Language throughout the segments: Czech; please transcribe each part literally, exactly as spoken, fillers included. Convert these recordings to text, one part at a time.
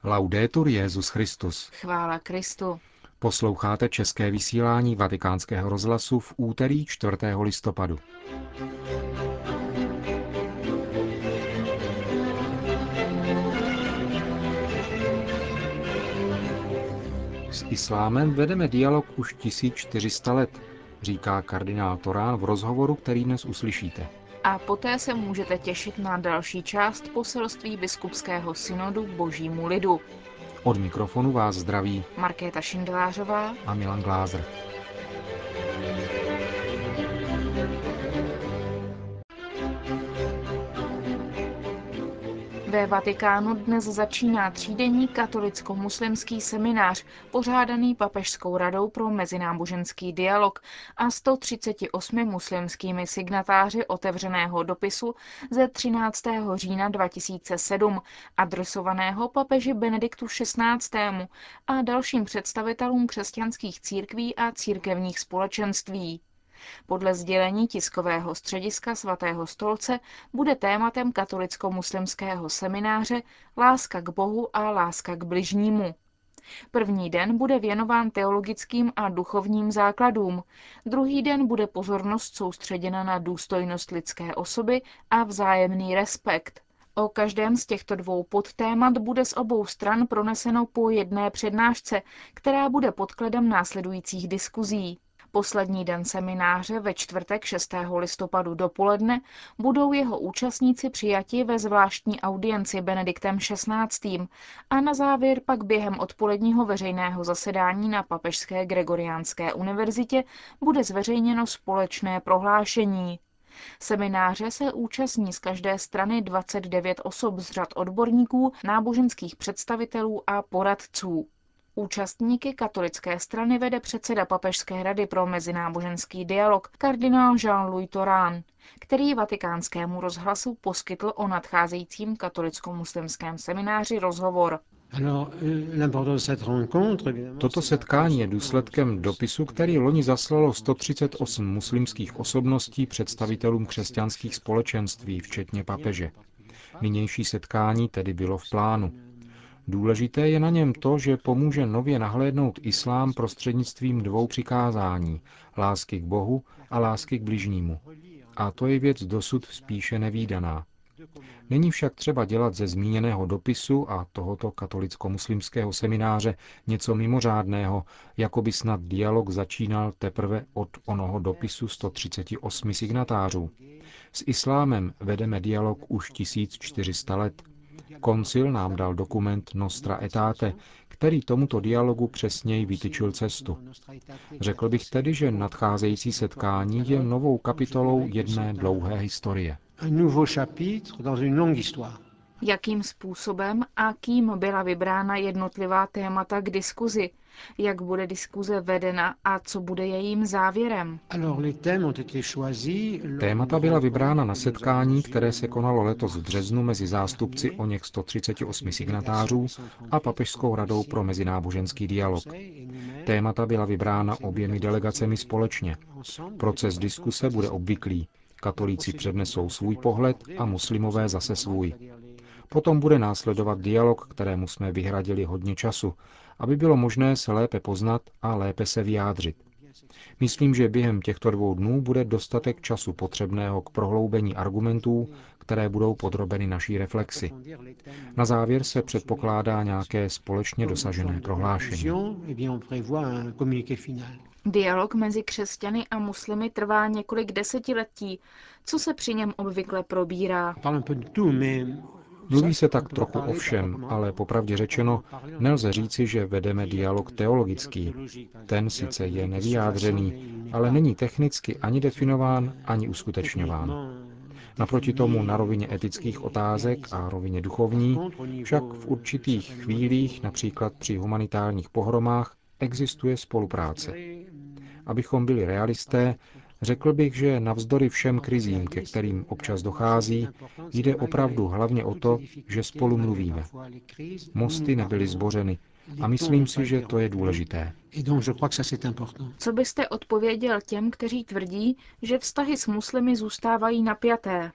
Laudetur Jesus Christus. Chvála Kristu. Posloucháte české vysílání Vatikánského rozhlasu v úterý čtvrtého listopadu. S islámem vedeme dialog už tisíc čtyři sta let, říká kardinál Torán v rozhovoru, který dnes uslyšíte. A poté se můžete těšit na další část poselství biskupského synodu Božímu lidu. Od mikrofonu vás zdraví Markéta Šindlářová a Milan Glázer. Ve Vatikánu dnes začíná třídenní katolicko-muslimský seminář, pořádaný Papežskou radou pro mezináboženský dialog a sto třiceti osmi muslimskými signatáři otevřeného dopisu ze třináctého října dva tisíce sedm, adresovaného papeži Benediktu šestnáctému a dalším představitelům křesťanských církví a církevních společenství. Podle sdělení tiskového střediska Svatého stolce bude tématem katolicko-muslimského semináře Láska k Bohu a láska k bližnímu. První den bude věnován teologickým a duchovním základům, druhý den bude pozornost soustředěna na důstojnost lidské osoby a vzájemný respekt. O každém z těchto dvou podtémat bude z obou stran proneseno po jedné přednášce, která bude podkladem následujících diskuzí. Poslední den semináře ve čtvrtek šestého listopadu dopoledne budou jeho účastníci přijati ve zvláštní audienci Benediktem šestnáctým a na závěr pak během odpoledního veřejného zasedání na Papežské Gregoriánské univerzitě bude zveřejněno společné prohlášení. Semináře se účastní z každé strany dvacet devět osob z řad odborníků, náboženských představitelů a poradců. Účastníky katolické strany vede předseda Papežské rady pro mezináboženský dialog kardinál Jean-Louis Torán, který Vatikánskému rozhlasu poskytl o nadcházejícím katolicko-muslimském semináři rozhovor. Toto setkání je důsledkem dopisu, který loni zaslalo sto třicet osm muslimských osobností představitelům křesťanských společenství, včetně papeže. Nynější setkání tedy bylo v plánu. Důležité je na něm to, že pomůže nově nahlédnout islám prostřednictvím dvou přikázání, lásky k Bohu a lásky k bližnímu. A to je věc dosud spíše nevídaná. Není však třeba dělat ze zmíněného dopisu a tohoto katolicko-muslimského semináře něco mimořádného, jako by snad dialog začínal teprve od onoho dopisu sto třicet osm signatářů. S islámem vedeme dialog už tisíc čtyři sta let. Koncil nám dal dokument Nostra Aetate, který tomuto dialogu přesněji vytyčil cestu. Řekl bych tedy, že nadcházející setkání je novou kapitolou jedné dlouhé historie. Jakým způsobem a kým byla vybrána jednotlivá témata k diskuzi? Jak bude diskuze vedena a co bude jejím závěrem? Témata byla vybrána na setkání, které se konalo letos v březnu mezi zástupci oněch sto třicet osm signatářů a Papežskou radou pro mezináboženský dialog. Témata byla vybrána oběmi delegacemi společně. Proces diskuse bude obvyklý. Katolíci přednesou svůj pohled a muslimové zase svůj. Potom bude následovat dialog, kterému jsme vyhradili hodně času, aby bylo možné se lépe poznat a lépe se vyjádřit. Myslím, že během těchto dvou dnů bude dostatek času potřebného k prohloubení argumentů, které budou podrobeny naší reflexi. Na závěr se předpokládá nějaké společně dosažené prohlášení. Dialog mezi křesťany a muslimy trvá několik desetiletí. Co se při něm obvykle probírá? Mluví se tak trochu o všem, ale popravdě řečeno, nelze říci, že vedeme dialog teologický. Ten sice je nevyjádřený, ale není technicky ani definován, ani uskutečňován. Naproti tomu na rovině etických otázek a rovině duchovní však v určitých chvílích, například při humanitárních pohromách, existuje spolupráce. Abychom byli realisté, řekl bych, že navzdory všem krizím, ke kterým občas dochází, jde opravdu hlavně o to, že spolu mluvíme. Mosty nebyly zbořeny, A myslím si, že to je důležité. Co byste odpověděl těm, kteří tvrdí, že vztahy s muslimy zůstávají napjaté?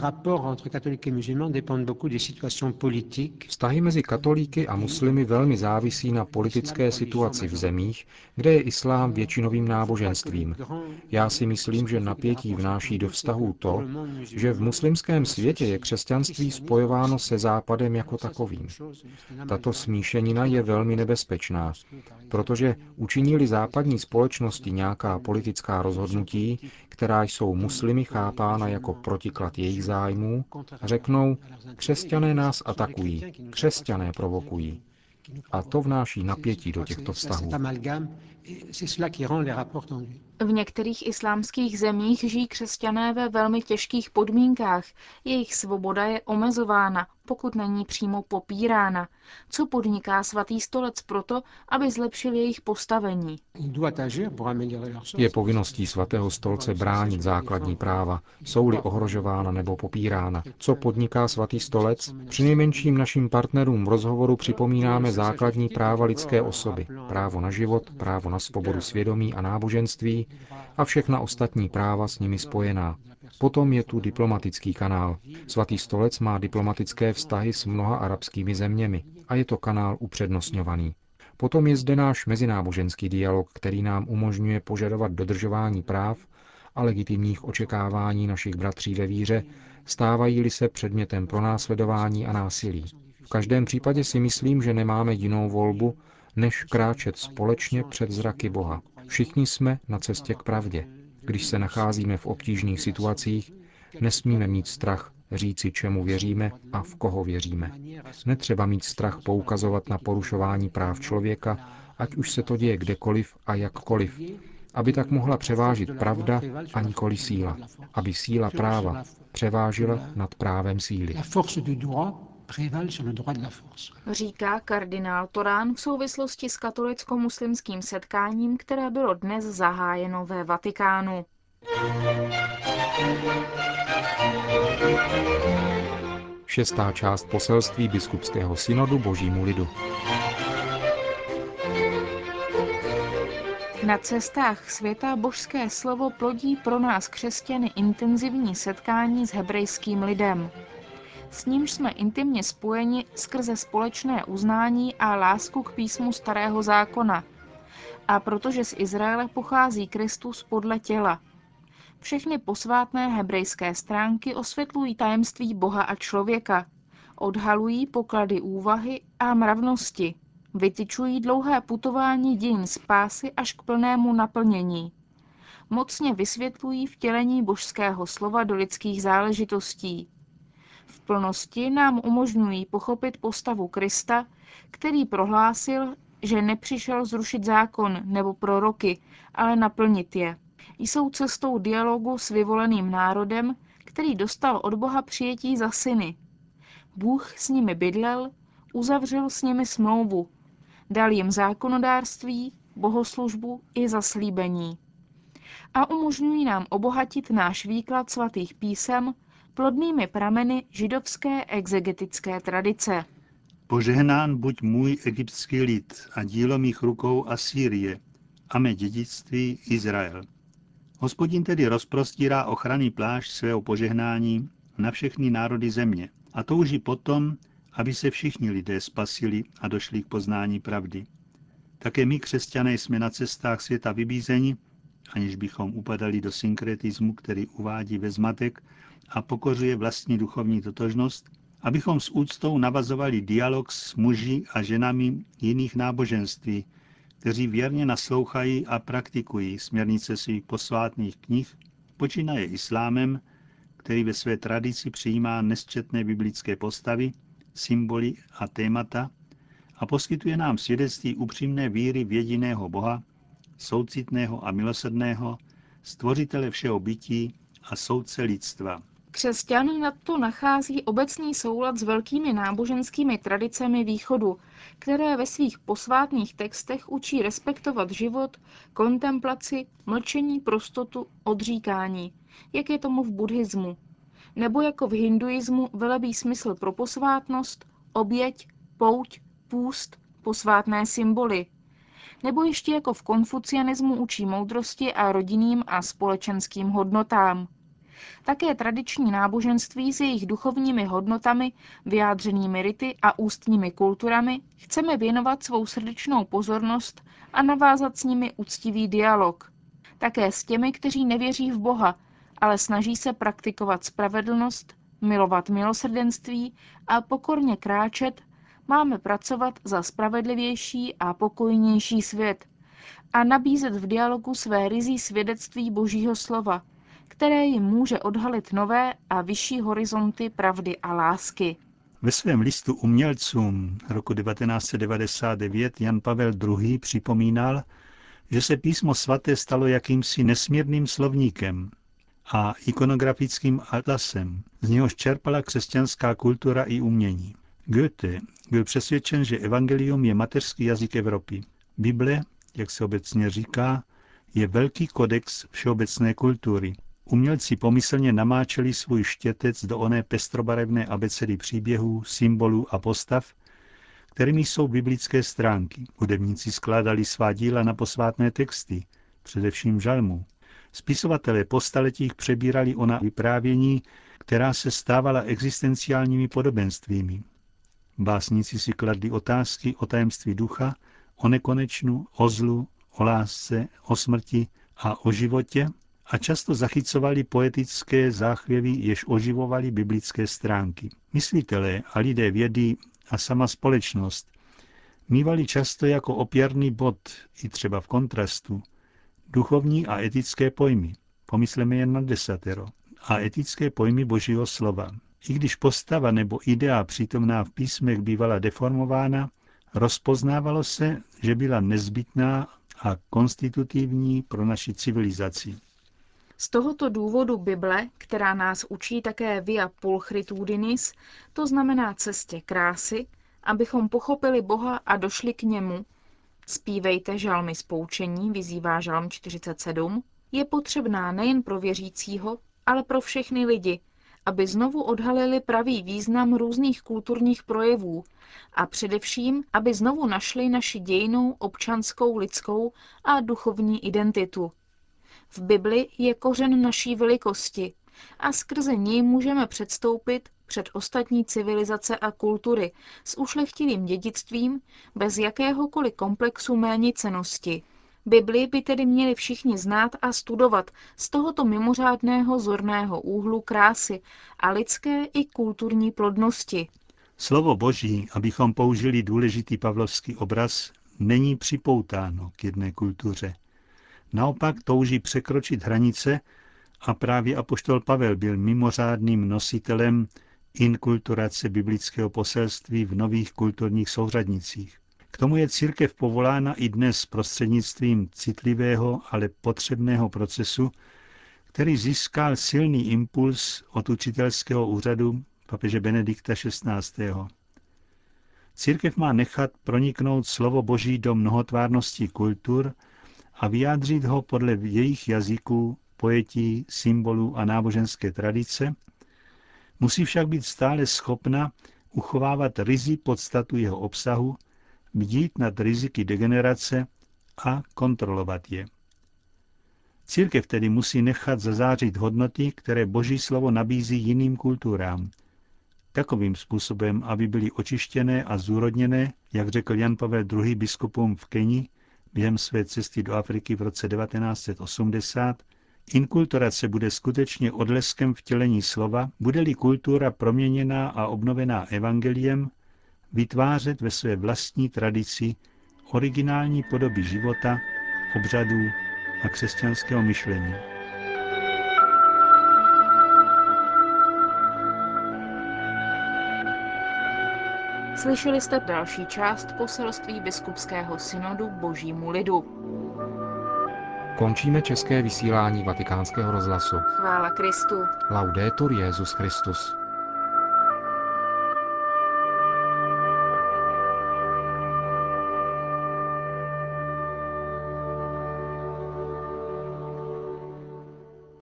Vztahy mezi katolíky a muslimy velmi závisí na politické situaci v zemích, kde je islám většinovým náboženstvím. Já si myslím, že napětí vnáší do vztahů to, že v muslimském světě je křesťanství spojováno se Západem jako takovým. Tato smíšenina je velmi nebezpečná, protože učiní-li západní společnosti nějaká politická rozhodnutí, která jsou muslimy chápána jako protiklad jejich zájmů, řeknou, křesťané nás atakují, křesťané provokují. A to vnáší napětí do těchto vztahů. V některých islámských zemích žijí křesťané ve velmi těžkých podmínkách. Jejich svoboda je omezována, pokud není přímo popírána. Co podniká Svatý stolec proto, aby zlepšil jejich postavení? Je povinností Svatého stolce bránit základní práva, jsou-li ohrožována nebo popírána. Co podniká Svatý stolec? Přinejmenším našim partnerům v rozhovoru připomínáme základní práva lidské osoby, právo na život, právo na svobodu svědomí a náboženství a všechna ostatní práva s nimi spojená. Potom je tu diplomatický kanál. Svatý stolec má diplomatické vztahy s mnoha arabskými zeměmi a je to kanál upřednostňovaný. Potom je zde náš mezináboženský dialog, který nám umožňuje požadovat dodržování práv a legitimních očekávání našich bratří ve víře, stávají-li se předmětem pronásledování a násilí. V každém případě si myslím, že nemáme jinou volbu, než kráčet společně před zraky Boha. Všichni jsme na cestě k pravdě. Když se nacházíme v obtížných situacích, nesmíme mít strach říci, čemu věříme a v koho věříme. Netřeba mít strach poukazovat na porušování práv člověka, ať už se to děje kdekoliv a jakkoliv, aby tak mohla převážit pravda a nikoli síla. Aby síla práva převážila nad právem síly. Říká kardinál Torán v souvislosti s katolicko-muslimským setkáním, které bylo dnes zahájeno ve Vatikánu. Šestá část poselství biskupského synodu Božímu lidu. Na cestách světa božské slovo plodí pro nás křesťany intenzivní setkání s hebrejským lidem. S nímž jsme intimně spojeni skrze společné uznání a lásku k písmu Starého zákona. A protože z Izraele pochází Kristus podle těla. Všechny posvátné hebrejské stránky osvětlují tajemství Boha a člověka, odhalují poklady úvahy a mravnosti, vytyčují dlouhé putování dějin spásy až k plnému naplnění. Mocně vysvětlují vtělení božského slova do lidských záležitostí. V plnosti nám umožňují pochopit postavu Krista, který prohlásil, že nepřišel zrušit zákon nebo proroky, ale naplnit je. Jsou cestou dialogu s vyvoleným národem, který dostal od Boha přijetí za syny. Bůh s nimi bydlel, uzavřel s nimi smlouvu, dal jim zákonodárství, bohoslužbu i zaslíbení. A umožňují nám obohatit náš výklad svatých písem plodnými prameny židovské exegetické tradice. Požehnán buď můj egyptský lid a dílo mých rukou Asýrie a mé dědictví Izrael. Hospodin tedy rozprostírá ochranný plášť svého požehnání na všechny národy země a touží potom, aby se všichni lidé spasili a došli k poznání pravdy. Také my, křesťané, jsme na cestách světa vybízeni, aniž bychom upadali do synkretismu, který uvádí ve zmatek a pokořuje vlastní duchovní totožnost, abychom s úctou navazovali dialog s muži a ženami jiných náboženství, kteří věrně naslouchají a praktikují směrnice svých posvátných knih, počínaje islámem, který ve své tradici přijímá nesčetné biblické postavy, symboly a témata a poskytuje nám svědectví upřímné víry v jediného Boha, soucitného a milosrdného, stvořitele všeho bytí a soudce lidstva. Křesťan nadto nachází obecný soulad s velkými náboženskými tradicemi východu, které ve svých posvátných textech učí respektovat život, kontemplaci, mlčení, prostotu, odříkání, jak je tomu v buddhismu, nebo jako v hinduismu velebí smysl pro posvátnost, oběť, pouť, půst, posvátné symboly, nebo ještě jako v konfucianismu učí moudrosti a rodinným a společenským hodnotám. Také tradiční náboženství s jejich duchovními hodnotami, vyjádřenými rity a ústními kulturami chceme věnovat svou srdečnou pozornost a navázat s nimi úctivý dialog. Také s těmi, kteří nevěří v Boha, ale snaží se praktikovat spravedlnost, milovat milosrdenství a pokorně kráčet, máme pracovat za spravedlivější a pokojnější svět a nabízet v dialogu své ryzí svědectví Božího slova, které jim může odhalit nové a vyšší horizonty pravdy a lásky. Ve svém listu umělcům roku devatenáct set devadesát devět Jan Pavel druhý. Připomínal, že se písmo svaté stalo jakýmsi nesmírným slovníkem a ikonografickým atlasem, z něhož čerpala křesťanská kultura i umění. Goethe byl přesvědčen, že evangelium je mateřský jazyk Evropy. Bible, jak se obecně říká, je velký kodex všeobecné kultury. Umělci pomyslně namáčeli svůj štětec do oné pestrobarevné abecedy příběhů, symbolů a postav, kterými jsou biblické stránky. Hudebníci skládali svá díla na posvátné texty, především žalmů. Spisovatelé po staletích přebírali ona vyprávění, která se stávala existenciálními podobenstvími. Básníci si kladli otázky o tajemství ducha, o nekonečnu, o zlu, o lásce, o smrti a o životě a často zachycovali poetické záchvěvy, jež oživovali biblické stránky. Myslitelé a lidé vědy a sama společnost mívali často jako opěrný bod, i třeba v kontrastu, duchovní a etické pojmy, pomysleme jen na desatero, a etické pojmy Božího slova. I když postava nebo idea přítomná v písmech bývala deformována, rozpoznávalo se, že byla nezbytná a konstitutivní pro naši civilizaci. Z tohoto důvodu Bible, která nás učí také via pulchritudinis, to znamená cestě krásy, abychom pochopili Boha a došli k němu, zpívejte žalmy z poučení, vyzývá žalm čtyřicet sedm, je potřebná nejen pro věřícího, ale pro všechny lidi, aby znovu odhalili pravý význam různých kulturních projevů a především, aby znovu našli naši dějinnou, občanskou, lidskou a duchovní identitu. V Bibli je kořen naší velikosti a skrze něj můžeme předstoupit před ostatní civilizace a kultury s ušlechtilým dědictvím bez jakéhokoliv komplexu méněcennosti. Bibli by tedy měli všichni znát a studovat z tohoto mimořádného zorného úhlu krásy a lidské i kulturní plodnosti. Slovo Boží, abychom použili důležitý pavlovský obraz, není připoutáno k jedné kultuře. Naopak touží překročit hranice a právě apoštol Pavel byl mimořádným nositelem inkulturace biblického poselství v nových kulturních souřadnicích. K tomu je církev povolána i dnes prostřednictvím citlivého, ale potřebného procesu, který získal silný impuls od učitelského úřadu papeže Benedikta šestnáctého. Církev má nechat proniknout slovo Boží do mnohotvárnosti kultur a vyjádřit ho podle jejich jazyků, pojetí, symbolů a náboženské tradice, musí však být stále schopna uchovávat ryzí podstatu jeho obsahu, bdít nad riziky degenerace a kontrolovat je. Církev tedy musí nechat zazářit hodnoty, které Boží slovo nabízí jiným kulturám, takovým způsobem, aby byly očištěné a zúrodněné, jak řekl Jan Pavel druhý. biskupům v Keni během své cesty do Afriky v roce devatenáct set osmdesát, inkulturace bude skutečně odleskem vtělení slova, bude-li kultura proměněná a obnovená evangeliem, vytvářet ve své vlastní tradici originální podoby života, obřadů a křesťanského myšlení. Slyšeli jste další část poselství biskupského synodu Božímu lidu. Končíme české vysílání Vatikánského rozhlasu. Chvála Kristu. Laudetur Jesus Christus.